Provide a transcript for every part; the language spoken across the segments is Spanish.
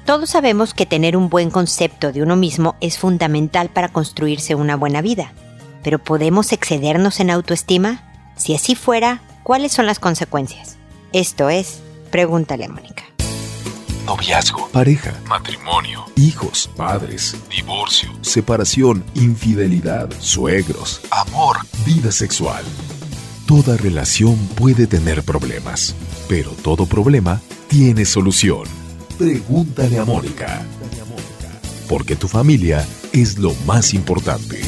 Todos sabemos que tener un buen concepto de uno mismo es fundamental para construirse una buena vida. ¿Pero podemos excedernos en autoestima? Si así fuera, ¿cuáles son las consecuencias? Esto es, Pregúntale a Mónica. Noviazgo, pareja, matrimonio, hijos, padres, divorcio, separación, infidelidad, suegros, amor, vida sexual. Toda relación puede tener problemas, pero todo problema tiene solución. Pregúntale a Mónica. Porque tu familia es lo más importante.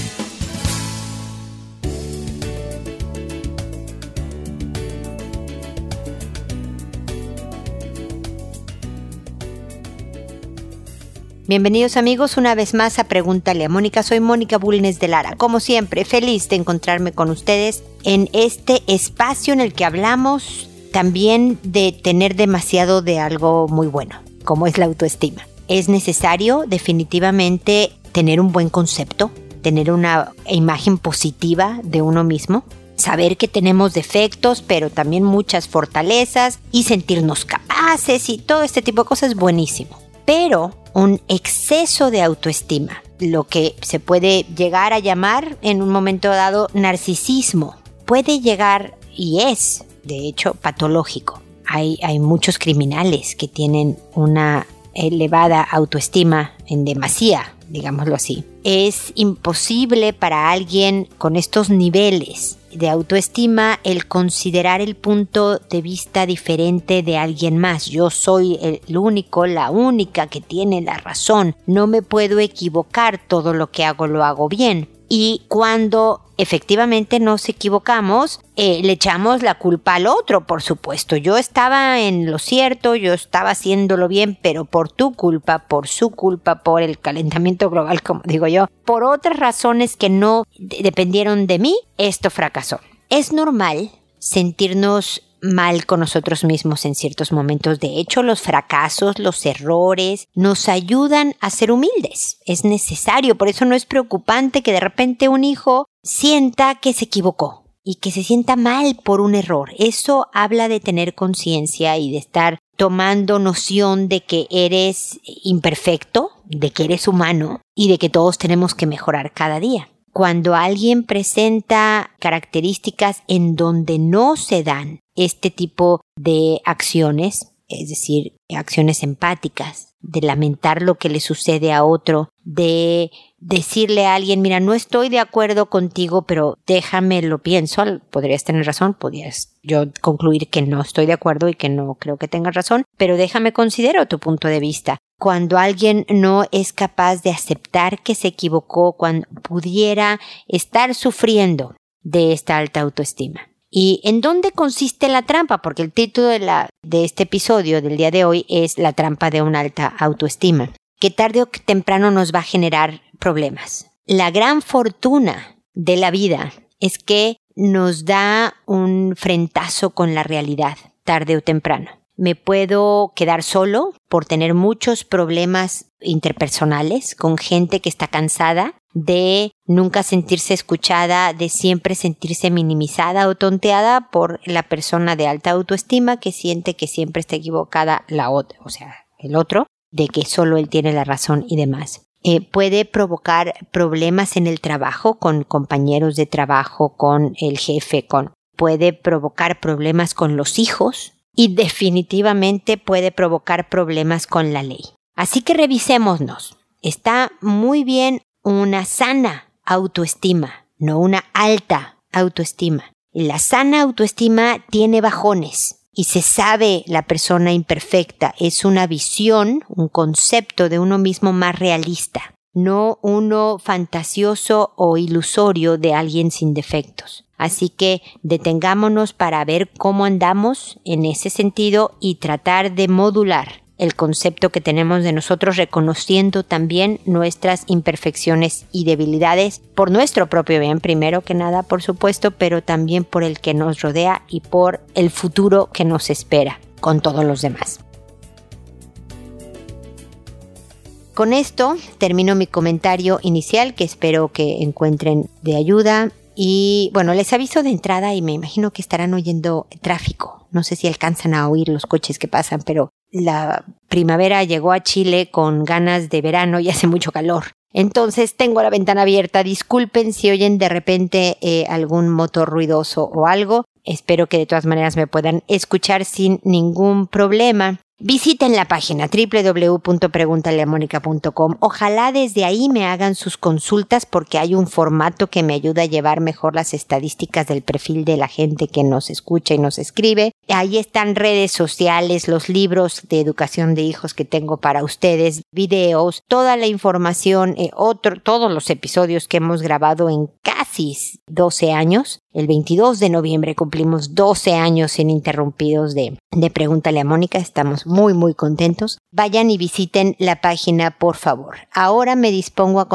Bienvenidos amigos una vez más a Pregúntale a Mónica. Soy Mónica Bulnes de Lara. Como siempre, feliz de encontrarme con ustedes en este espacio en el que hablamos también de tener demasiado de algo muy bueno, como es la autoestima. Es necesario definitivamente tener un buen concepto, tener una imagen positiva de uno mismo, saber que tenemos defectos, pero también muchas fortalezas y sentirnos capaces y todo este tipo de cosas es buenísimo. Pero un exceso de autoestima, lo que se puede llegar a llamar en un momento dado narcisismo, puede llegar y es, de hecho, patológico. Hay muchos criminales que tienen una elevada autoestima en demasía, digámoslo así. Es imposible para alguien con estos niveles de autoestima el considerar el punto de vista diferente de alguien más. Yo soy el único, la única que tiene la razón. No me puedo equivocar, todo lo que hago lo hago bien. Y cuando efectivamente nos equivocamos, le echamos la culpa al otro, por supuesto. Yo estaba en lo cierto, yo estaba haciéndolo bien, pero por tu culpa, por su culpa, por el calentamiento global, como digo yo, por otras razones que no dependieron de mí, esto fracasó. Es normal sentirnos mal con nosotros mismos en ciertos momentos. De hecho, los fracasos, los errores nos ayudan a ser humildes. Es necesario, por eso no es preocupante que de repente un hijo sienta que se equivocó y que se sienta mal por un error. Eso habla de tener conciencia y de estar tomando noción de que eres imperfecto, de que eres humano y de que todos tenemos que mejorar cada día. Cuando alguien presenta características en donde no se dan este tipo de acciones, es decir, acciones empáticas, de lamentar lo que le sucede a otro, de decirle a alguien, mira, no estoy de acuerdo contigo, pero déjame lo pienso, podrías tener razón, podrías yo concluir que no estoy de acuerdo y que no creo que tengas razón, pero déjame considero tu punto de vista. Cuando alguien no es capaz de aceptar que se equivocó, cuando pudiera estar sufriendo de esta alta autoestima. ¿Y en dónde consiste la trampa? Porque el título de este episodio del día de hoy es La trampa de una alta autoestima, que tarde o temprano nos va a generar problemas. La gran fortuna de la vida es que nos da un frentazo con la realidad, tarde o temprano. Me puedo quedar solo por tener muchos problemas interpersonales con gente que está cansada de nunca sentirse escuchada, de siempre sentirse minimizada o tonteada por la persona de alta autoestima que siente que siempre está equivocada la otra, o sea, el otro, de que solo él tiene la razón y demás. Puede provocar problemas en el trabajo, con compañeros de trabajo, con el jefe, puede provocar problemas con los hijos y definitivamente puede provocar problemas con la ley. Así que revisémonos. Está muy bien una sana autoestima, no una alta autoestima. La sana autoestima tiene bajones y se sabe la persona imperfecta. Es una visión, un concepto de uno mismo más realista, no uno fantasioso o ilusorio de alguien sin defectos. Así que detengámonos para ver cómo andamos en ese sentido y tratar de modular el concepto que tenemos de nosotros, reconociendo también nuestras imperfecciones y debilidades por nuestro propio bien, primero que nada, por supuesto, pero también por el que nos rodea y por el futuro que nos espera con todos los demás. Con esto termino mi comentario inicial, que espero que encuentren de ayuda. Y bueno, les aviso de entrada y me imagino que estarán oyendo tráfico. No sé si alcanzan a oír los coches que pasan, pero la primavera llegó a Chile con ganas de verano y hace mucho calor. Entonces tengo la ventana abierta. Disculpen si oyen de repente algún motor ruidoso o algo. Espero que de todas maneras me puedan escuchar sin ningún problema. Visiten la página www.preguntaleamónica.com. Ojalá desde ahí me hagan sus consultas porque hay un formato que me ayuda a llevar mejor las estadísticas del perfil de la gente que nos escucha y nos escribe. Ahí están redes sociales, los libros de educación de hijos que tengo para ustedes, videos, toda la información, todos los episodios que hemos grabado en casi 12 años. El 22 de noviembre cumplimos 12 años ininterrumpidos de Pregúntale a Mónica. Estamos muy, muy contentos. Vayan y visiten la página, por favor. Ahora me dispongo a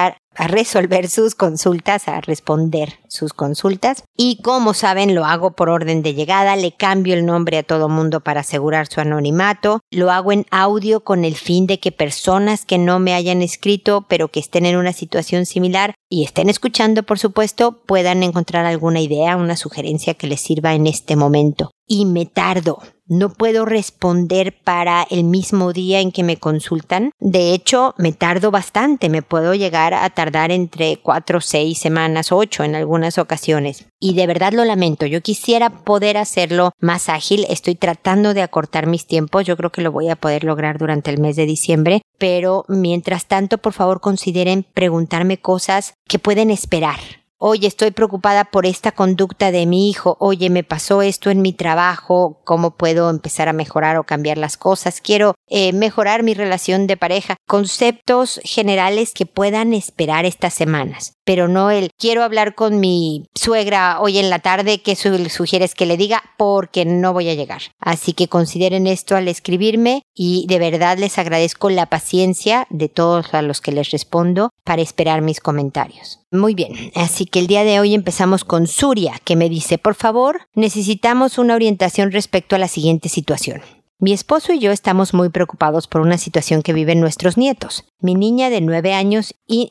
resolver sus consultas, a responder sus consultas. Y como saben, lo hago por orden de llegada. Le cambio el nombre a todo mundo para asegurar su anonimato. Lo hago en audio con el fin de que personas que no me hayan escrito, pero que estén en una situación similar y estén escuchando, por supuesto, puedan encontrar alguna idea, una sugerencia que les sirva en este momento. Y me tardo. No puedo responder para el mismo día en que me consultan. De hecho, me tardo bastante. Me puedo llegar a tardar entre 4, 6 semanas, 8 en algunas ocasiones. Y de verdad lo lamento. Yo quisiera poder hacerlo más ágil. Estoy tratando de acortar mis tiempos. Yo creo que lo voy a poder lograr durante el mes de diciembre. Pero mientras tanto, por favor, consideren preguntarme cosas que pueden esperar. Oye, estoy preocupada por esta conducta de mi hijo. Oye, me pasó esto en mi trabajo. ¿Cómo puedo empezar a mejorar o cambiar las cosas? Quiero mejorar mi relación de pareja. Conceptos generales que puedan esperar estas semanas. Pero no quiero hablar con mi suegra hoy en la tarde. ¿Qué sugieres que le diga? Porque no voy a llegar. Así que consideren esto al escribirme y de verdad les agradezco la paciencia de todos a los que les respondo para esperar mis comentarios. Muy bien, así que el día de hoy empezamos con Surya, que me dice, por favor, necesitamos una orientación respecto a la siguiente situación. Mi esposo y yo estamos muy preocupados por una situación que viven nuestros nietos. Mi niña de 9 años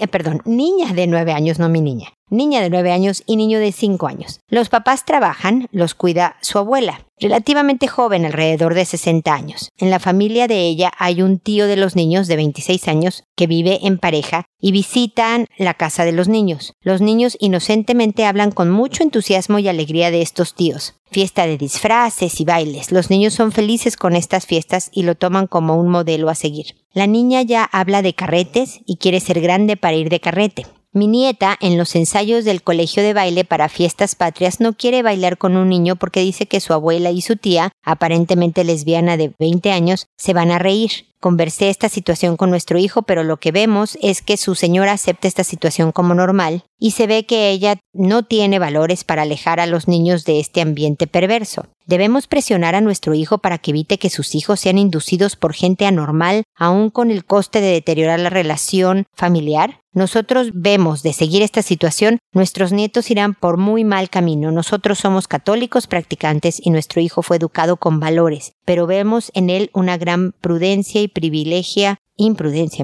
niña de 9 años, no mi niña. Niña de 9 años y niño de 5 años. Los papás trabajan, los cuida su abuela, relativamente joven, alrededor de 60 años. En la familia de ella hay un tío de los niños de 26 años que vive en pareja y visitan la casa de los niños. Los niños inocentemente hablan con mucho entusiasmo y alegría de estos tíos. Fiesta de disfraces y bailes. Los niños son felices con estas fiestas y lo toman como un modelo a seguir. La niña ya habla de carretes y quiere ser grande para ir de carrete. Mi nieta, en los ensayos del colegio de baile para fiestas patrias, no quiere bailar con un niño porque dice que su abuela y su tía, aparentemente lesbiana de 20 años, se van a reír. Conversé esta situación con nuestro hijo, pero lo que vemos es que su señora acepta esta situación como normal y se ve que ella no tiene valores para alejar a los niños de este ambiente perverso. ¿Debemos presionar a nuestro hijo para que evite que sus hijos sean inducidos por gente anormal, aún con el coste de deteriorar la relación familiar? Nosotros vemos de seguir esta situación, nuestros nietos irán por muy mal camino. Nosotros somos católicos practicantes y nuestro hijo fue educado con valores, pero vemos en él una gran prudencia y imprudencia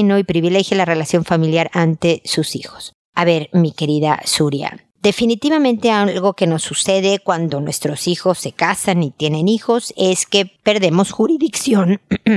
la relación familiar ante sus hijos. A ver, mi querida Surya, definitivamente algo que nos sucede cuando nuestros hijos se casan y tienen hijos es que perdemos jurisdicción,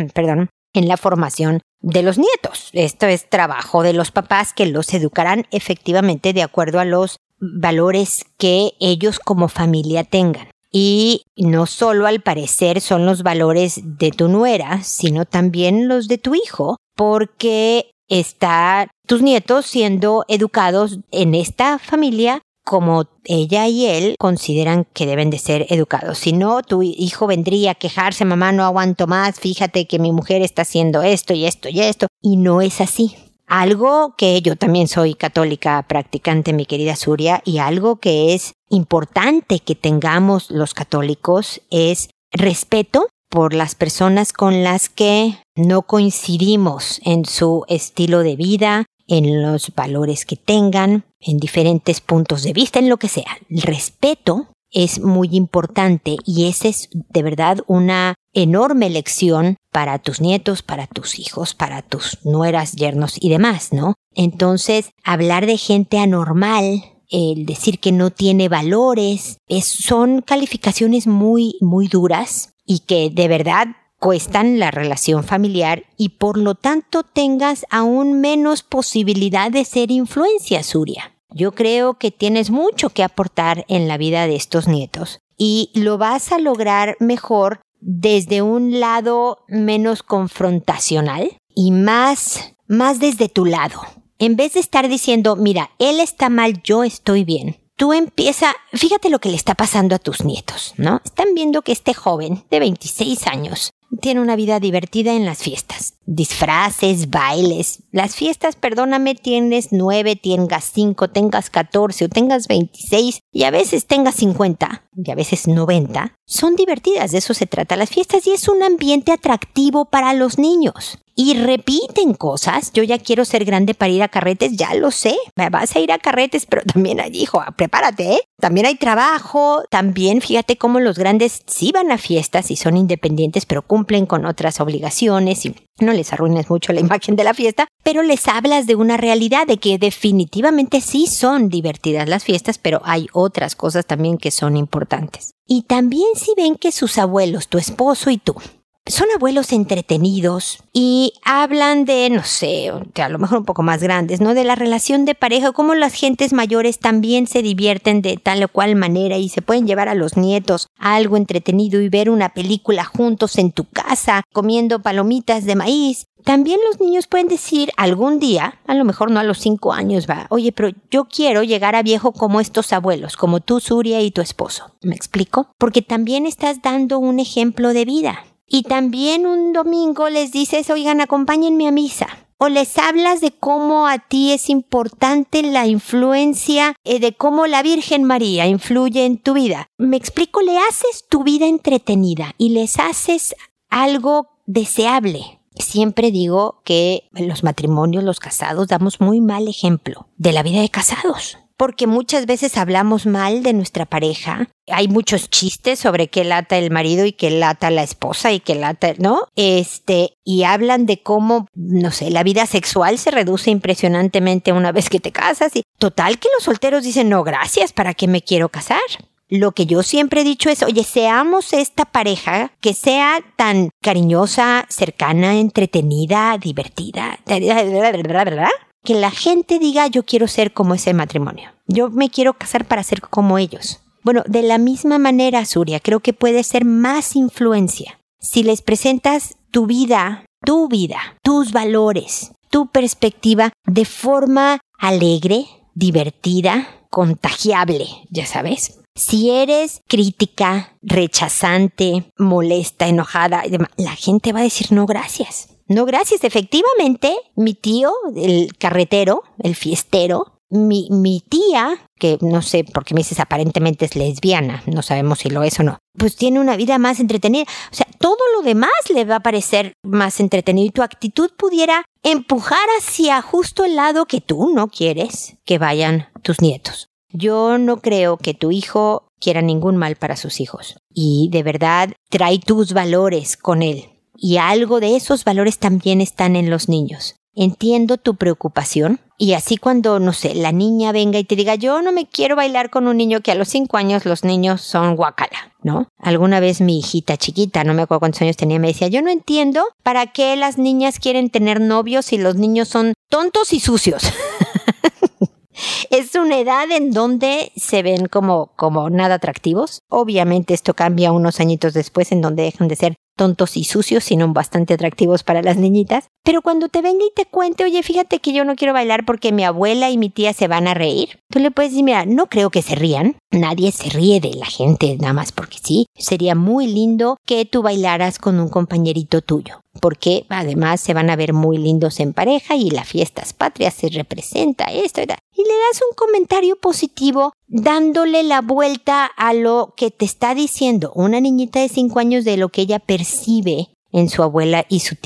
en la formación de los nietos. Esto es trabajo de los papás que los educarán efectivamente de acuerdo a los valores que ellos como familia tengan. Y no solo al parecer son los valores de tu nuera, sino también los de tu hijo, porque están tus nietos siendo educados en esta familia como ella y él consideran que deben de ser educados. Si no, tu hijo vendría a quejarse, mamá, no aguanto más, fíjate que mi mujer está haciendo esto y esto y esto, y no es así. Algo que yo también soy católica practicante, mi querida Surya, y algo que es importante que tengamos los católicos es respeto por las personas con las que no coincidimos en su estilo de vida, en los valores que tengan, en diferentes puntos de vista, en lo que sea. El respeto es muy importante y esa es de verdad una enorme lección para tus nietos, para tus hijos, para tus nueras, yernos y demás, ¿no? Entonces, hablar de gente anormal el decir que no tiene valores, son calificaciones muy, muy duras y que de verdad cuestan la relación familiar y por lo tanto tengas aún menos posibilidad de ser influencia, Surya. Yo creo que tienes mucho que aportar en la vida de estos nietos y lo vas a lograr mejor desde un lado menos confrontacional y más desde tu lado. En vez de estar diciendo, mira, él está mal, yo estoy bien. Tú fíjate lo que le está pasando a tus nietos, ¿no? Están viendo que este joven de 26 años tiene una vida divertida en las fiestas. Disfraces, bailes. Las fiestas, perdóname, tienes 9, tengas 5, tengas 14 o tengas 26 y a veces tengas 50 y a veces 90. Son divertidas, de eso se trata las fiestas y es un ambiente atractivo para los niños. Y repiten cosas. Yo ya quiero ser grande para ir a carretes, ya lo sé. Vas a ir a carretes, pero también allí, hijo, prepárate, ¿eh? También hay trabajo. También fíjate cómo los grandes sí van a fiestas y son independientes, pero cumplen con otras obligaciones y no les arruines mucho la imagen de la fiesta, pero les hablas de una realidad, de que definitivamente sí son divertidas las fiestas, pero hay otras cosas también que son importantes. Y también si ven que sus abuelos, tu esposo y tú, son abuelos entretenidos y hablan de, no sé, a lo mejor un poco más grandes, ¿no? De la relación de pareja, cómo las gentes mayores también se divierten de tal o cual manera y se pueden llevar a los nietos a algo entretenido y ver una película juntos en tu casa, comiendo palomitas de maíz. También los niños pueden decir algún día, a lo mejor no a los 5 años, oye, pero yo quiero llegar a viejo como estos abuelos, como tú, Surya, y tu esposo. ¿Me explico? Porque también estás dando un ejemplo de vida. Y también un domingo les dices, oigan, acompáñenme a misa. O les hablas de cómo a ti es importante la influencia, de cómo la Virgen María influye en tu vida. Me explico, le haces tu vida entretenida y les haces algo deseable. Siempre digo que en los matrimonios, los casados, damos muy mal ejemplo de la vida de casados. Porque muchas veces hablamos mal de nuestra pareja. Hay muchos chistes sobre qué lata el marido y qué lata la esposa y qué lata, ¿no? Y hablan de cómo, no sé, la vida sexual se reduce impresionantemente una vez que te casas. Y total que los solteros dicen, no, gracias, ¿para qué me quiero casar? Lo que yo siempre he dicho es, oye, seamos esta pareja que sea tan cariñosa, cercana, entretenida, divertida, ¿verdad? Que la gente diga, yo quiero ser como ese matrimonio. Yo me quiero casar para ser como ellos. Bueno, de la misma manera, Surya, creo que puede ser más influencia. Si les presentas tu vida, tus valores, tu perspectiva de forma alegre, divertida, contagiable, ya sabes. Si eres crítica, rechazante, molesta, enojada, la gente va a decir no gracias. No, gracias. Efectivamente, mi tío, el carretero, el fiestero, mi tía, que no sé por qué me dices aparentemente es lesbiana, no sabemos si lo es o no, pues tiene una vida más entretenida. O sea, todo lo demás le va a parecer más entretenido y tu actitud pudiera empujar hacia justo el lado que tú no quieres que vayan tus nietos. Yo no creo que tu hijo quiera ningún mal para sus hijos y de verdad trae tus valores con él. Y algo de esos valores también están en los niños. Entiendo tu preocupación y así cuando, no sé, la niña venga y te diga yo no me quiero bailar con un niño que a los 5 años los niños son guacala, ¿no? Alguna vez mi hijita chiquita, no me acuerdo cuántos años tenía, me decía yo no entiendo para qué las niñas quieren tener novios si los niños son tontos y sucios. Es una edad en donde se ven como nada atractivos. Obviamente esto cambia unos añitos después en donde dejan de ser tontos y sucios, sino bastante atractivos para las niñitas. Pero cuando te venga y te cuente, oye, fíjate que yo no quiero bailar porque mi abuela y mi tía se van a reír, tú le puedes decir, mira, no creo que se rían. Nadie se ríe de la gente nada más porque sí. Sería muy lindo que tú bailaras con un compañerito tuyo, porque además se van a ver muy lindos en pareja y las fiestas patrias se representa esto y tal. Y le das un comentario positivo dándole la vuelta a lo que te está diciendo una niñita de 5 años de lo que ella percibe en su abuela y su tía.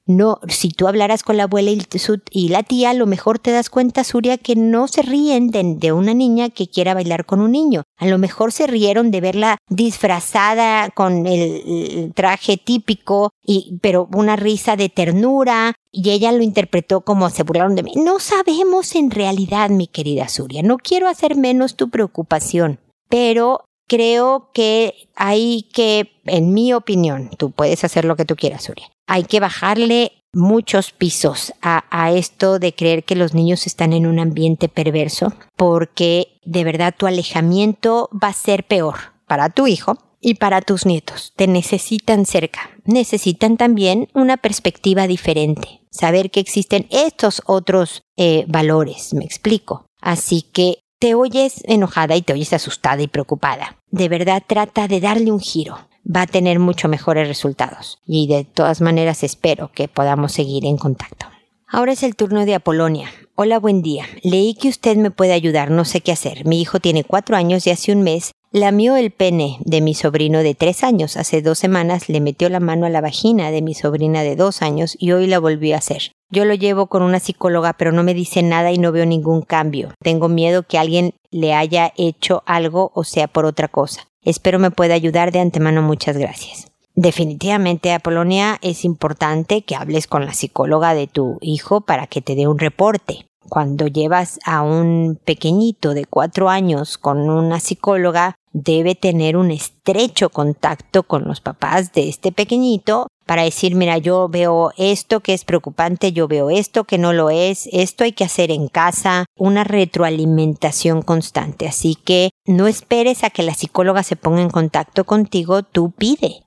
No, si tú hablaras con la abuela y la tía, a lo mejor te das cuenta, Surya, que no se ríen de una niña que quiera bailar con un niño. A lo mejor se rieron de verla disfrazada con el traje típico, pero una risa de ternura, y ella lo interpretó como se burlaron de mí. No sabemos en realidad, mi querida Surya. No quiero hacer menos tu preocupación, pero creo que hay que, en mi opinión, tú puedes hacer lo que tú quieras, Surya, hay que bajarle muchos pisos a esto de creer que los niños están en un ambiente perverso, porque de verdad tu alejamiento va a ser peor para tu hijo y para tus nietos. Te necesitan cerca. Necesitan también una perspectiva diferente. Saber que existen estos otros valores. Me explico. Así que te oyes enojada y te oyes asustada y preocupada. De verdad trata de darle un giro. Va a tener mucho mejores resultados. Y de todas maneras espero que podamos seguir en contacto. Ahora es el turno de Apolonia. Hola, buen día. Leí que usted me puede ayudar, no sé qué hacer. Mi hijo tiene 4 años y hace un mes lamió el pene de mi sobrino de 3 años. Hace 2 semanas le metió la mano a la vagina de mi sobrina de 2 años y hoy la volvió a hacer. Yo lo llevo con una psicóloga, pero no me dice nada y no veo ningún cambio. Tengo miedo que alguien le haya hecho algo o sea por otra cosa. Espero me pueda ayudar de antemano. Muchas gracias. Definitivamente, Apolonia, es importante que hables con la psicóloga de tu hijo para que te dé un reporte. Cuando llevas a un pequeñito de 4 años con una psicóloga, debe tener un estrecho contacto con los papás de este pequeñito para decir, mira, yo veo esto que es preocupante, yo veo esto que no lo es, esto hay que hacer en casa, una retroalimentación constante. Así que no esperes a que la psicóloga se ponga en contacto contigo, tú pídele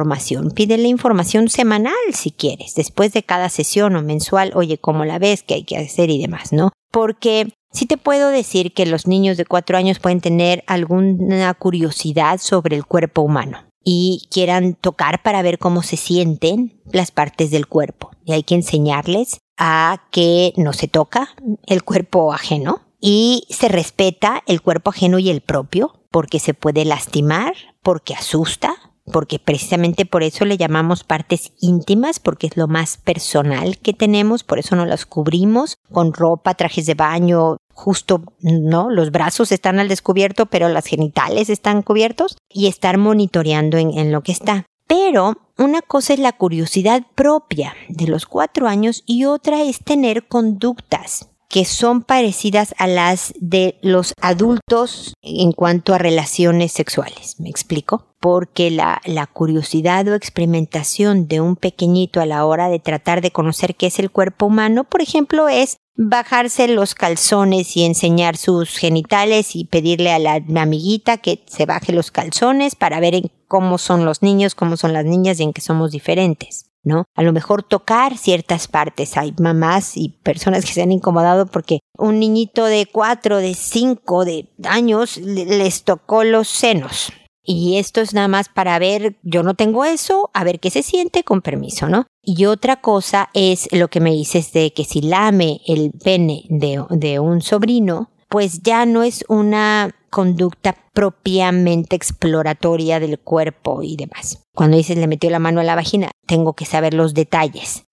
información semanal si quieres, después de cada sesión o mensual, oye, ¿cómo la ves? ¿Qué hay que hacer? Y demás, ¿no? Porque sí te puedo decir que los niños de 4 años pueden tener alguna curiosidad sobre el cuerpo humano y quieran tocar para ver cómo se sienten las partes del cuerpo. Y hay que enseñarles a que no se toca el cuerpo ajeno y se respeta el cuerpo ajeno y el propio, porque se puede lastimar, porque asusta, porque precisamente por eso le llamamos partes íntimas, porque es lo más personal que tenemos, por eso no las cubrimos con ropa, trajes de baño, justo, ¿no? Los brazos están al descubierto, pero las genitales están cubiertos, y estar monitoreando en lo que está. Pero una cosa es la curiosidad propia de los 4 años y otra es tener conductas que son parecidas a las de los adultos en cuanto a relaciones sexuales. ¿Me explico? Porque la curiosidad o experimentación de un pequeñito a la hora de tratar de conocer qué es el cuerpo humano, por ejemplo, es bajarse los calzones y enseñar sus genitales y pedirle a la amiguita que se baje los calzones para ver cómo son los niños, cómo son las niñas y en qué somos diferentes, ¿no? A lo mejor tocar ciertas partes. Hay mamás y personas que se han incomodado porque un niñito de 4, de 5 de años les tocó los senos. Y esto es nada más para ver, yo no tengo eso, a ver qué se siente, con permiso, ¿no? Y otra cosa es lo que me dices de que si lame el pene de un sobrino, pues ya no es una conducta propiamente exploratoria del cuerpo y demás. Cuando dices le metió la mano a la vagina, tengo que saber los detalles.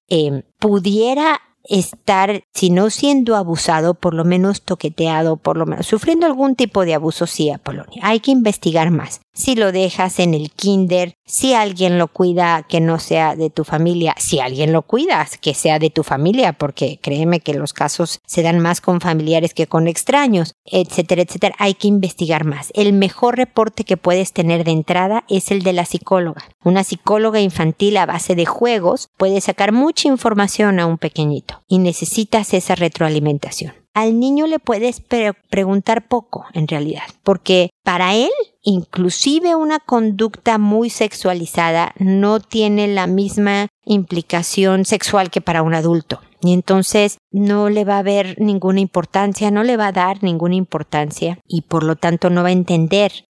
Pudiera estar, si no siendo abusado, por lo menos toqueteado, por lo menos sufriendo algún tipo de abuso, sí, Apolonia. Hay que investigar más. Si lo dejas en el kinder, si alguien lo cuida que no sea de tu familia, si alguien lo cuida que sea de tu familia, porque créeme que los casos se dan más con familiares que con extraños, etcétera, etcétera. Hay que investigar más. El mejor reporte que puedes tener de entrada es el de la psicóloga. Una psicóloga infantil a base de juegos puede sacar mucha información a un pequeñito y necesitas esa retroalimentación. Al niño le puedes preguntar poco, en realidad, porque para él, inclusive una conducta muy sexualizada no tiene la misma implicación sexual que para un adulto. Y entonces no le va a haber ninguna importancia, no le va a dar ninguna importancia y por lo tanto no va a entender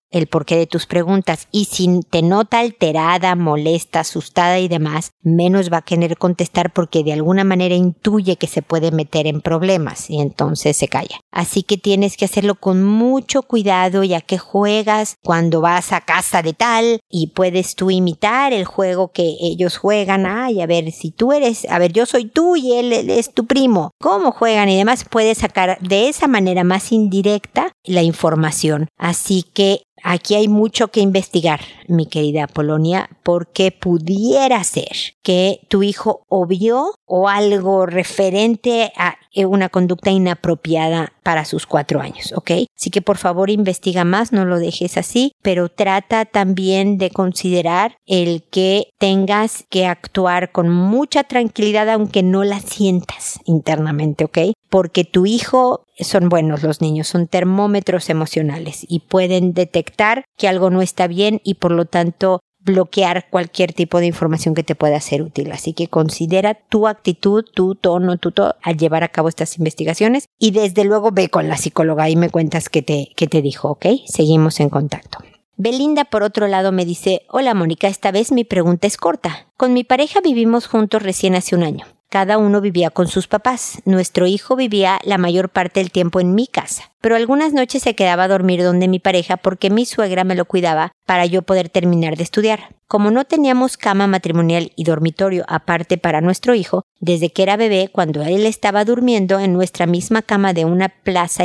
el porqué de tus preguntas, y si te nota alterada, molesta, asustada y demás, menos va a querer contestar porque de alguna manera intuye que se puede meter en problemas y entonces se calla. Así que tienes que hacerlo con mucho cuidado, ya que juegas cuando vas a casa de tal y puedes tú imitar el juego que ellos juegan. Ay, a ver, si tú eres, a ver, yo soy tú y él es tu primo. ¿Cómo juegan? Y demás, puedes sacar de esa manera más indirecta la información. Así que aquí hay mucho que investigar, mi querida Polonia, porque pudiera ser que tu hijo obvió o algo referente a una conducta inapropiada para sus 4 años, ¿ok? Así que por favor investiga más, no lo dejes así, pero trata también de considerar el que tengas que actuar con mucha tranquilidad aunque no la sientas internamente, ¿ok? Porque tu hijo, son buenos los niños, son termómetros emocionales y pueden detectar que algo no está bien y por lo tanto bloquear cualquier tipo de información que te pueda ser útil. Así que considera tu actitud, tu tono, al llevar a cabo estas investigaciones y desde luego ve con la psicóloga y me cuentas qué te dijo, ¿ok? Seguimos en contacto. Belinda, por otro lado, me dice: hola Mónica, esta vez mi pregunta es corta. Con mi pareja vivimos juntos recién hace 1 año. Cada uno vivía con sus papás. Nuestro hijo vivía la mayor parte del tiempo en mi casa, pero algunas noches se quedaba a dormir donde mi pareja porque mi suegra me lo cuidaba para yo poder terminar de estudiar. Como no teníamos cama matrimonial y dormitorio aparte para nuestro hijo, desde que era bebé, cuando él estaba durmiendo en nuestra misma cama de 1,5 plazas,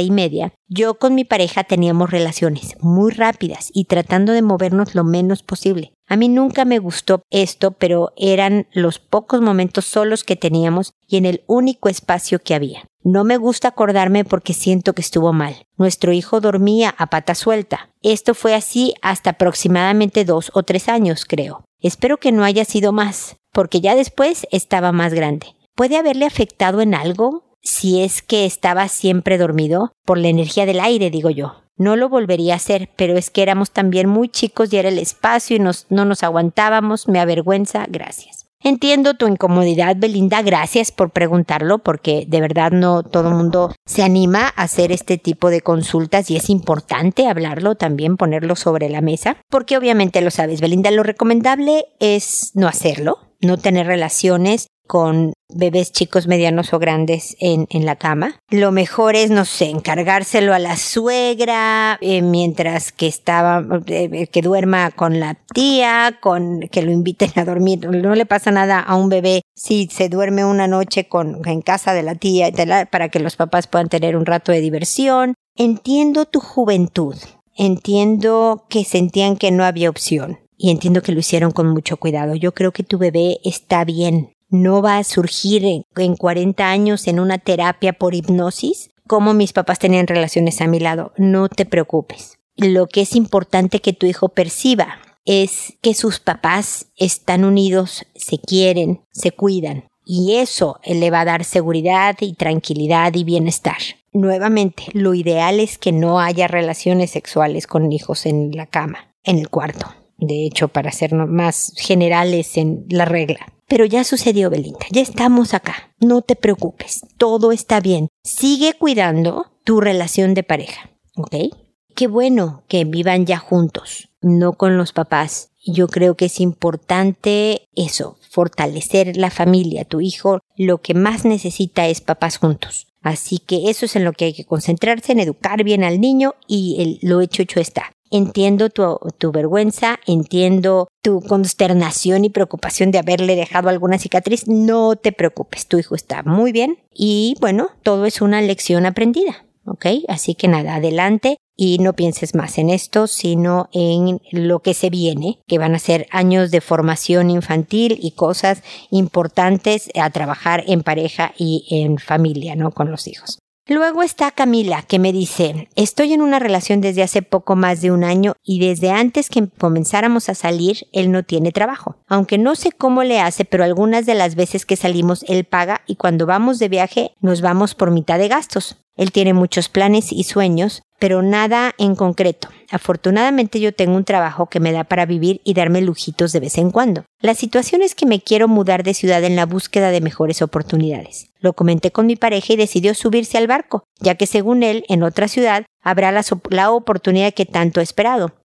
yo con mi pareja teníamos relaciones muy rápidas y tratando de movernos lo menos posible. A mí nunca me gustó esto, pero eran los pocos momentos solos que teníamos y en el único espacio que había. No me gusta acordarme porque siento que estuvo mal. Nuestro hijo dormía a pata suelta. Esto fue así hasta aproximadamente 2 o 3 años, creo. Espero que no haya sido más, porque ya después estaba más grande. ¿Puede haberle afectado en algo? Si es que estaba siempre dormido, por la energía del aire, digo yo. No lo volvería a hacer, pero es que éramos también muy chicos y era el espacio y no nos aguantábamos. Me avergüenza. Gracias. Entiendo tu incomodidad, Belinda. Gracias por preguntarlo, porque de verdad no todo el mundo se anima a hacer este tipo de consultas y es importante hablarlo también, ponerlo sobre la mesa, porque obviamente lo sabes, Belinda, lo recomendable es no hacerlo, no tener relaciones con bebés chicos, medianos o grandes en la cama. Lo mejor es, no sé, encargárselo a la suegra mientras que que duerma con la tía, que lo inviten a dormir. No le pasa nada a un bebé si se duerme una noche en casa de la tía para que los papás puedan tener un rato de diversión. Entiendo tu juventud, entiendo que sentían que no había opción y entiendo que lo hicieron con mucho cuidado. Yo creo que tu bebé está bien. No va a surgir en 40 años en una terapia por hipnosis como mis papás tenían relaciones a mi lado. No te preocupes. Lo que es importante que tu hijo perciba es que sus papás están unidos, se quieren, se cuidan. Y eso le va a dar seguridad y tranquilidad y bienestar. Nuevamente, lo ideal es que no haya relaciones sexuales con hijos en la cama, en el cuarto. De hecho, para ser más generales en la regla. Pero ya sucedió, Belinda. Ya estamos acá. No te preocupes. Todo está bien. Sigue cuidando tu relación de pareja. ¿Ok? Qué bueno que vivan ya juntos, no con los papás. Yo creo que es importante eso, fortalecer la familia. Tu hijo lo que más necesita es papás juntos. Así que eso es en lo que hay que concentrarse, en educar bien al niño y lo hecho está. Entiendo tu vergüenza, entiendo tu consternación y preocupación de haberle dejado alguna cicatriz. No te preocupes, tu hijo está muy bien y bueno, todo es una lección aprendida, ¿ok? Así que nada, adelante y no pienses más en esto, sino en lo que se viene, que van a ser años de formación infantil y cosas importantes a trabajar en pareja y en familia, ¿no? Con los hijos. Luego está Camila, que me dice: estoy en una relación desde hace poco más de 1 año y desde antes que comenzáramos a salir, él no tiene trabajo. Aunque no sé cómo le hace, pero algunas de las veces que salimos, él paga y cuando vamos de viaje, nos vamos por mitad de gastos. Él tiene muchos planes y sueños, pero nada en concreto. Afortunadamente yo tengo un trabajo que me da para vivir y darme lujitos de vez en cuando. La situación es que me quiero mudar de ciudad en la búsqueda de mejores oportunidades. Lo comenté con mi pareja y decidió subirse al barco, ya que según él, en otra ciudad, habrá la oportunidad que tanto ha esperado.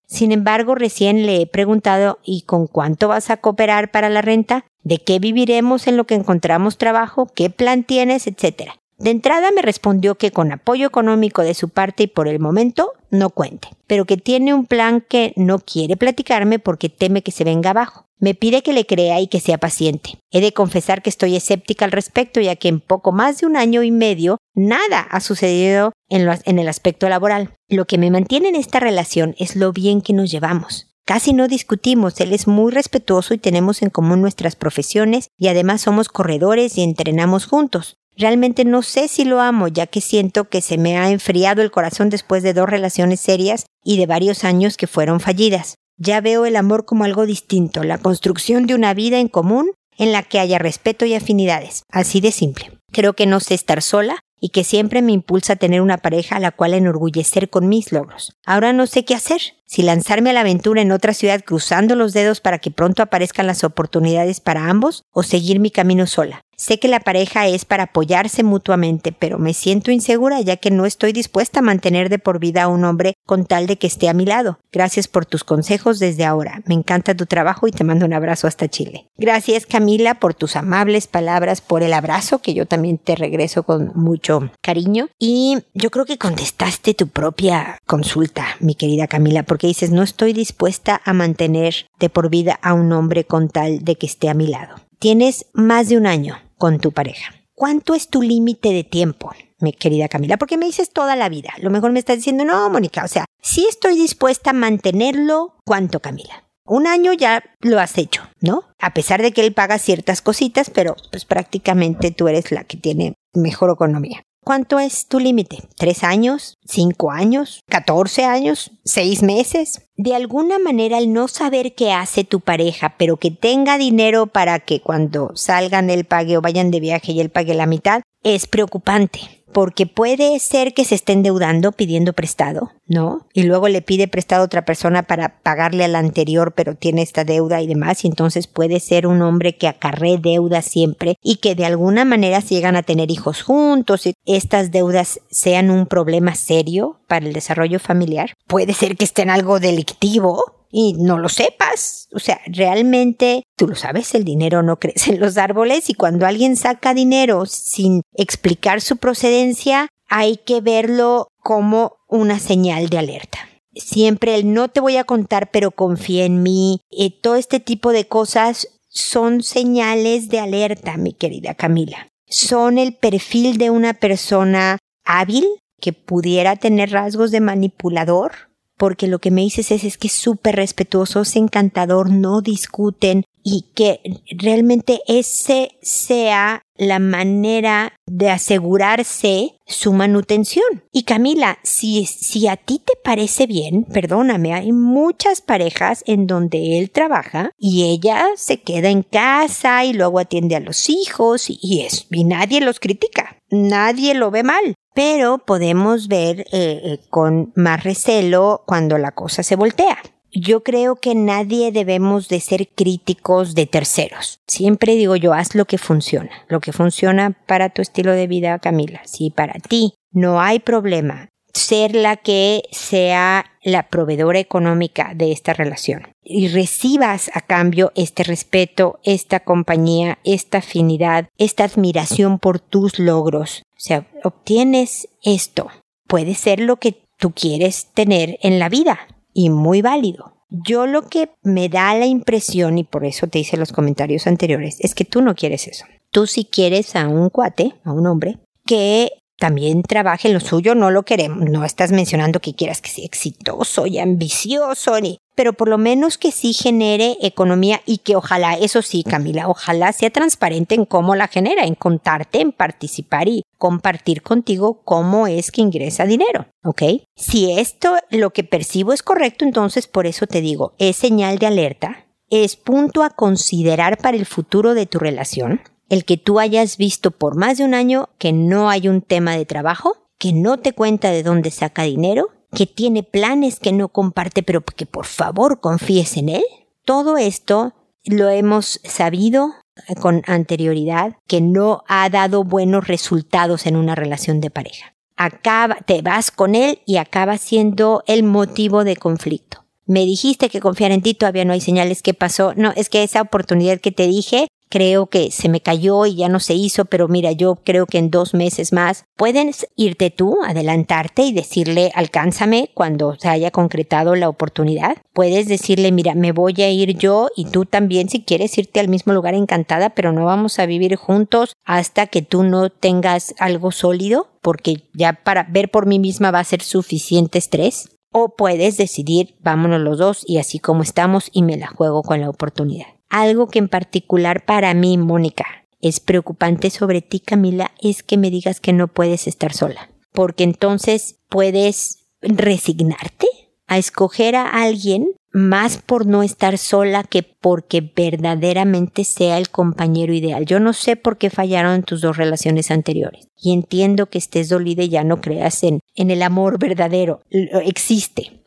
Sin embargo, recién le he preguntado, ¿y con cuánto vas a cooperar para la renta? ¿De qué viviremos en lo que encontramos trabajo? ¿Qué plan tienes? Etcétera. De entrada me respondió que con apoyo económico de su parte y por el momento no cuente, pero que tiene un plan que no quiere platicarme porque teme que se venga abajo. Me pide que le crea y que sea paciente. He de confesar que estoy escéptica al respecto, ya que en poco más de 1 año y medio nada ha sucedido en el aspecto laboral. Lo que me mantiene en esta relación es lo bien que nos llevamos. Casi no discutimos, él es muy respetuoso y tenemos en común nuestras profesiones y además somos corredores y entrenamos juntos. Realmente no sé si lo amo, ya que siento que se me ha enfriado el corazón después de 2 relaciones serias y de varios años que fueron fallidas. Ya veo el amor como algo distinto, la construcción de una vida en común en la que haya respeto y afinidades. Así de simple. Creo que no sé estar sola y que siempre me impulsa a tener una pareja a la cual enorgullecer con mis logros. Ahora no sé qué hacer. Si lanzarme a la aventura en otra ciudad cruzando los dedos para que pronto aparezcan las oportunidades para ambos o seguir mi camino sola. Sé que la pareja es para apoyarse mutuamente, pero me siento insegura ya que no estoy dispuesta a mantener de por vida a un hombre con tal de que esté a mi lado. Gracias por tus consejos desde ahora. Me encanta tu trabajo y te mando un abrazo hasta Chile. Gracias, Camila, por tus amables palabras, por el abrazo que yo también te regreso con mucho cariño. Y yo creo que contestaste tu propia consulta, mi querida Camila, porque dices, no estoy dispuesta a mantener de por vida a un hombre con tal de que esté a mi lado. Tienes más de 1 año con tu pareja. ¿Cuánto es tu límite de tiempo, mi querida Camila? Porque me dices toda la vida. A lo mejor me estás diciendo, no, Mónica, o sea, sí estoy dispuesta a mantenerlo. ¿Cuánto, Camila? 1 año ya lo has hecho, ¿no? A pesar de que él paga ciertas cositas, pero pues prácticamente tú eres la que tiene mejor economía. ¿Cuánto es tu límite? ¿3 años? ¿5 años? ¿14 años? ¿6 meses? De alguna manera, el no saber qué hace tu pareja, pero que tenga dinero para que cuando salgan él pague o vayan de viaje y él pague la mitad, es preocupante. Porque puede ser que se esté endeudando pidiendo prestado, ¿no? Y luego le pide prestado a otra persona para pagarle a la anterior, pero tiene esta deuda y demás. Y entonces puede ser un hombre que acarree deudas siempre y que de alguna manera se llegan a tener hijos juntos y estas deudas sean un problema serio para el desarrollo familiar. Puede ser que esté en algo delictivo y no lo sepas. O sea, realmente, tú lo sabes, el dinero no crece en los árboles y cuando alguien saca dinero sin explicar su procedencia, hay que verlo como una señal de alerta. Siempre el no te voy a contar, pero confía en mí. Todo este tipo de cosas son señales de alerta, mi querida Camila. Son el perfil de una persona hábil que pudiera tener rasgos de manipulador. Porque lo que me dices es que es súper respetuoso, es encantador, no discuten y que realmente ese sea la manera de asegurarse su manutención. Y Camila, si a ti te parece bien, perdóname, hay muchas parejas en donde él trabaja y ella se queda en casa y luego atiende a los hijos y nadie los critica, nadie lo ve mal. Pero podemos ver con más recelo cuando la cosa se voltea. Yo creo que nadie debemos de ser críticos de terceros. Siempre digo yo, haz lo que funciona para tu estilo de vida, Camila. Si para ti no hay problema ser la que sea la proveedora económica de esta relación y recibas a cambio este respeto, esta compañía, esta afinidad, esta admiración por tus logros. O sea, obtienes esto. Puede ser lo que tú quieres tener en la vida y muy válido. Yo lo que me da la impresión, y por eso te hice los comentarios anteriores, es que tú no quieres eso. Tú sí quieres a un cuate, a un hombre, que también trabaje en lo suyo, no lo queremos. No estás mencionando que quieras que sea exitoso y ambicioso, pero por lo menos que sí genere economía y que ojalá, eso sí, Camila, ojalá sea transparente en cómo la genera, en contarte, en participar y compartir contigo cómo es que ingresa dinero, ¿ok? Si esto, lo que percibo es correcto, entonces por eso te digo, es señal de alerta, es punto a considerar para el futuro de tu relación. El que tú hayas visto por más de 1 año que no hay un tema de trabajo, que no te cuenta de dónde saca dinero, que tiene planes que no comparte, pero que por favor confíes en él. Todo esto lo hemos sabido con anterioridad, que no ha dado buenos resultados en una relación de pareja. Te vas con él y acaba siendo el motivo de conflicto. me dijiste que confiara en ti, todavía no hay señales, ¿qué pasó? No, es que esa oportunidad que te dije, creo que se me cayó y ya no se hizo, pero mira, yo creo que en 2 meses más puedes irte tú, adelantarte y decirle, alcánzame cuando se haya concretado la oportunidad. Puedes decirle, mira, me voy a ir yo y tú también si quieres irte al mismo lugar, encantada, pero no vamos a vivir juntos hasta que tú no tengas algo sólido, porque ya para ver por mí misma va a ser suficiente estrés. O puedes decidir, vámonos los dos y así como estamos y me la juego con la oportunidad. Algo que en particular para mí, Mónica, es preocupante sobre ti, Camila, es que me digas que no puedes estar sola. Porque entonces puedes resignarte a escoger a alguien más por no estar sola que porque verdaderamente sea el compañero ideal. Yo no sé por qué fallaron tus 2 relaciones anteriores. Y entiendo que estés dolida y ya no creas en el amor verdadero. Existe,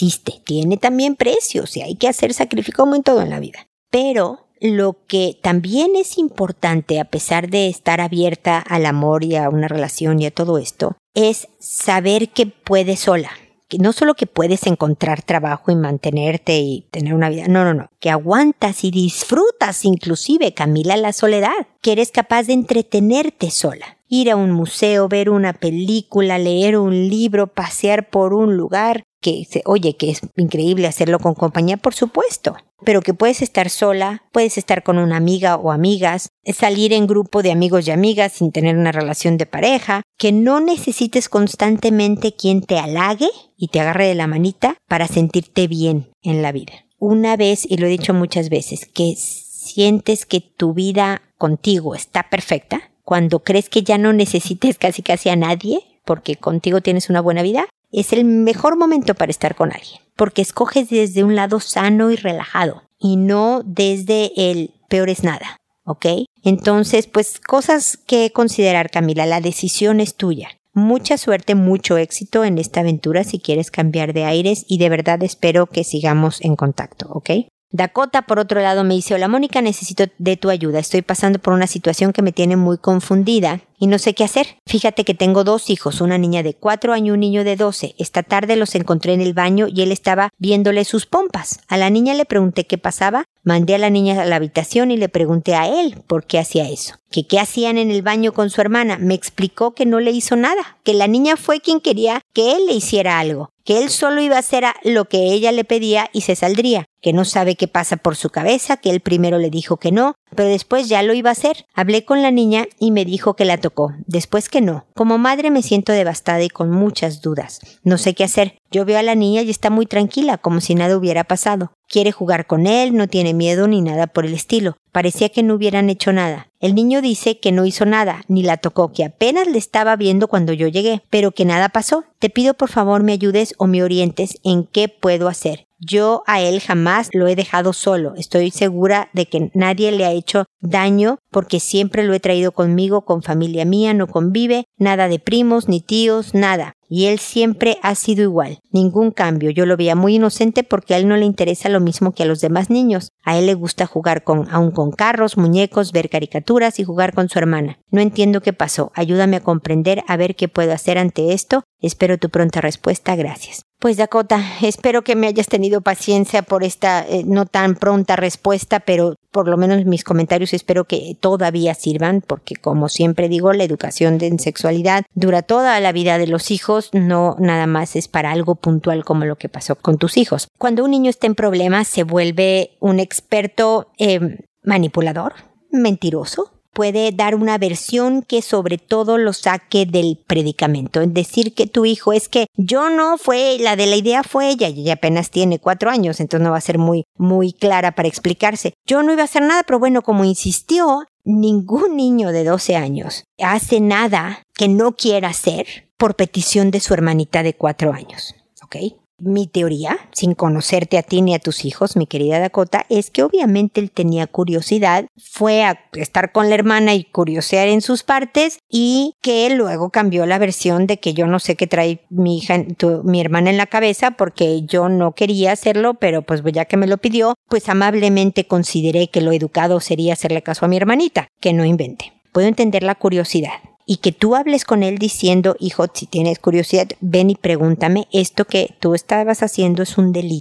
tiene también precios y hay que hacer sacrificio como en todo en la vida. Pero lo que también es importante, a pesar de estar abierta al amor y a una relación y a todo esto, es saber que puedes sola. Que no solo que puedes encontrar trabajo y mantenerte y tener una vida, no, que aguantas y disfrutas inclusive, Camila, la soledad, que eres capaz de entretenerte sola. Ir a un museo, ver una película, leer un libro, pasear por un lugar, que es increíble hacerlo con compañía, por supuesto, pero que puedes estar sola, puedes estar con una amiga o amigas, salir en grupo de amigos y amigas sin tener una relación de pareja, que no necesites constantemente quien te halague y te agarre de la manita para sentirte bien en la vida. Una vez, y lo he dicho muchas veces, que sientes que tu vida contigo está perfecta, cuando crees que ya no necesites casi a nadie, porque contigo tienes una buena vida, es el mejor momento para estar con alguien, porque escoges desde un lado sano y relajado y no desde el peor es nada, ¿ok? Entonces, pues cosas que considerar, Camila, la decisión es tuya. Mucha suerte, mucho éxito en esta aventura si quieres cambiar de aires y de verdad espero que sigamos en contacto, ¿ok? Dakota, por otro lado, me dice, hola Mónica, necesito de tu ayuda. Estoy pasando por una situación que me tiene muy confundida y no sé qué hacer. Fíjate que tengo 2 hijos, una niña de 4 años y un niño de 12. Esta tarde los encontré en el baño y él estaba viéndole sus pompas. A la niña le pregunté qué pasaba, mandé a la niña a la habitación y le pregunté a él por qué hacía eso. Que qué hacían en el baño con su hermana. Me explicó que no le hizo nada, que la niña fue quien quería que él le hiciera algo, que él solo iba a hacer lo que ella le pedía y se saldría, que no sabe qué pasa por su cabeza, que él primero le dijo que no, pero después ya lo iba a hacer. Hablé con la niña y me dijo que la tocó, después que no. Como madre me siento devastada y con muchas dudas. No sé qué hacer. Yo veo a la niña y está muy tranquila, como si nada hubiera pasado. Quiere jugar con él, no tiene miedo ni nada por el estilo. Parecía que no hubieran hecho nada. El niño dice que no hizo nada, ni la tocó, que apenas le estaba viendo cuando yo llegué, pero que nada pasó. Te pido por favor me ayudes o me orientes en qué puedo hacer. Yo a él jamás lo he dejado solo. Estoy segura de que nadie le ha hecho daño porque siempre lo he traído conmigo, con familia mía, no convive, nada de primos ni tíos, nada. Y él siempre ha sido igual, ningún cambio. Yo lo veía muy inocente porque a él no le interesa lo mismo que a los demás niños. A él le gusta jugar aún con carros, muñecos, ver caricaturas y jugar con su hermana. No entiendo qué pasó. Ayúdame a comprender, a ver qué puedo hacer ante esto. Espero tu pronta respuesta. Gracias. Pues Dakota, espero que me hayas tenido paciencia por esta no tan pronta respuesta, pero por lo menos mis comentarios espero que todavía sirvan, porque como siempre digo, la educación en sexualidad dura toda la vida de los hijos, no nada más es para algo puntual como lo que pasó con tus hijos. Cuando un niño está en problemas se vuelve un experto manipulador, mentiroso. Puede dar una versión que sobre todo lo saque del predicamento. Es decir, que tu hijo es que yo no fue, la de la idea fue ella, y ella apenas tiene 4 años, entonces no va a ser muy clara para explicarse. Yo no iba a hacer nada, pero bueno, como insistió, ningún niño de 12 años hace nada que no quiera hacer por petición de su hermanita de 4 años, ¿ok? Mi teoría, sin conocerte a ti ni a tus hijos, mi querida Dakota, es que obviamente él tenía curiosidad, fue a estar con la hermana y curiosear en sus partes y que luego cambió la versión de que yo no sé qué trae mi hermana en la cabeza porque yo no quería hacerlo, pero pues ya que me lo pidió, pues amablemente consideré que lo educado sería hacerle caso a mi hermanita, que no invente. Puedo entender la curiosidad. Y que tú hables con él diciendo, hijo, si tienes curiosidad, ven y pregúntame, ¿esto que tú estabas haciendo es un delito?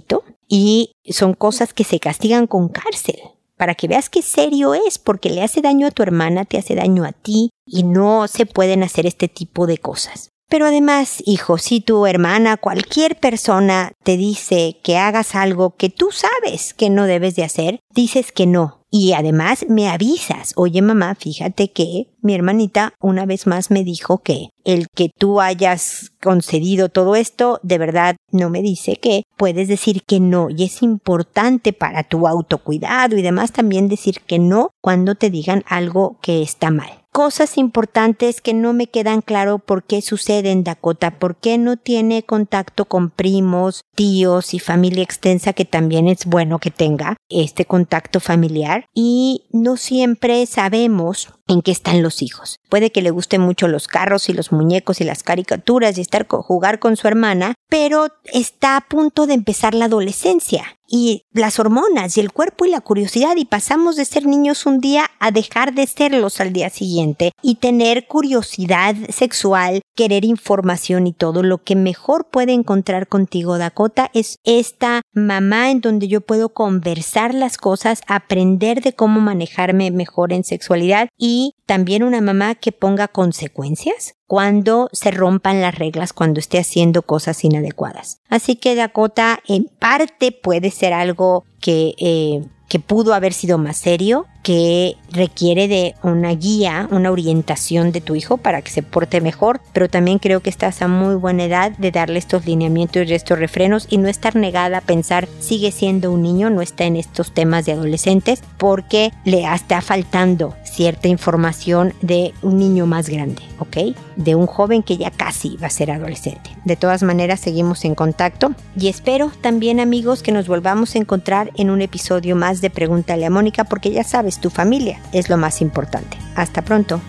y son cosas que se castigan con cárcel. Para que veas qué serio es, porque le hace daño a tu hermana, te hace daño a ti y no se pueden hacer este tipo de cosas. Pero además, hijo, si tu hermana, cualquier persona te dice que hagas algo que tú sabes que no debes de hacer, dices que no. Y además me avisas, oye mamá, fíjate que mi hermanita una vez más me dijo que el que tú hayas concedido todo esto, de verdad no me dice que puedes decir que no. Y es importante para tu autocuidado y demás también decir que no cuando te digan algo que está mal. Cosas importantes que no me quedan claro por qué suceden, Dakota, por qué no tiene contacto con primos, tíos y familia extensa, que también es bueno que tenga este contacto familiar, y no siempre sabemos en qué están los hijos. Puede que le gusten mucho los carros y los muñecos y las caricaturas y jugar con su hermana, pero está a punto de empezar la adolescencia y las hormonas y el cuerpo y la curiosidad, y pasamos de ser niños un día a dejar de serlos al día siguiente y tener curiosidad sexual, querer información y todo. Lo que mejor puede encontrar contigo, Dakota, es esta mamá en donde yo puedo conversar las cosas, aprender de cómo manejarme mejor en sexualidad, y también una mamá que ponga consecuencias cuando se rompan las reglas, cuando esté haciendo cosas inadecuadas. Así que, Dakota, en parte puede ser algo que pudo haber sido más serio, que requiere de una guía, una orientación de tu hijo para que se porte mejor, pero también creo que estás a muy buena edad de darle estos lineamientos y estos refrenos y no estar negada a pensar sigue siendo un niño, no está en estos temas de adolescentes, porque le está faltando cierta información de un niño más grande, ¿ok? De un joven que ya casi va a ser adolescente. De todas maneras, seguimos en contacto y espero también, amigos, que nos volvamos a encontrar en un episodio más de Pregúntale a Mónica, porque ya sabes, tu familia es lo más importante. Hasta pronto.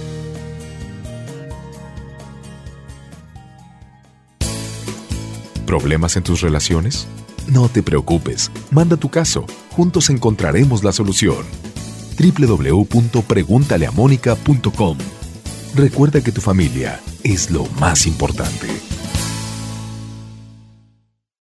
¿Problemas en tus relaciones? No te preocupes, manda tu caso, juntos encontraremos la solución. www.preguntaleamónica.com. Recuerda que tu familia es lo más importante.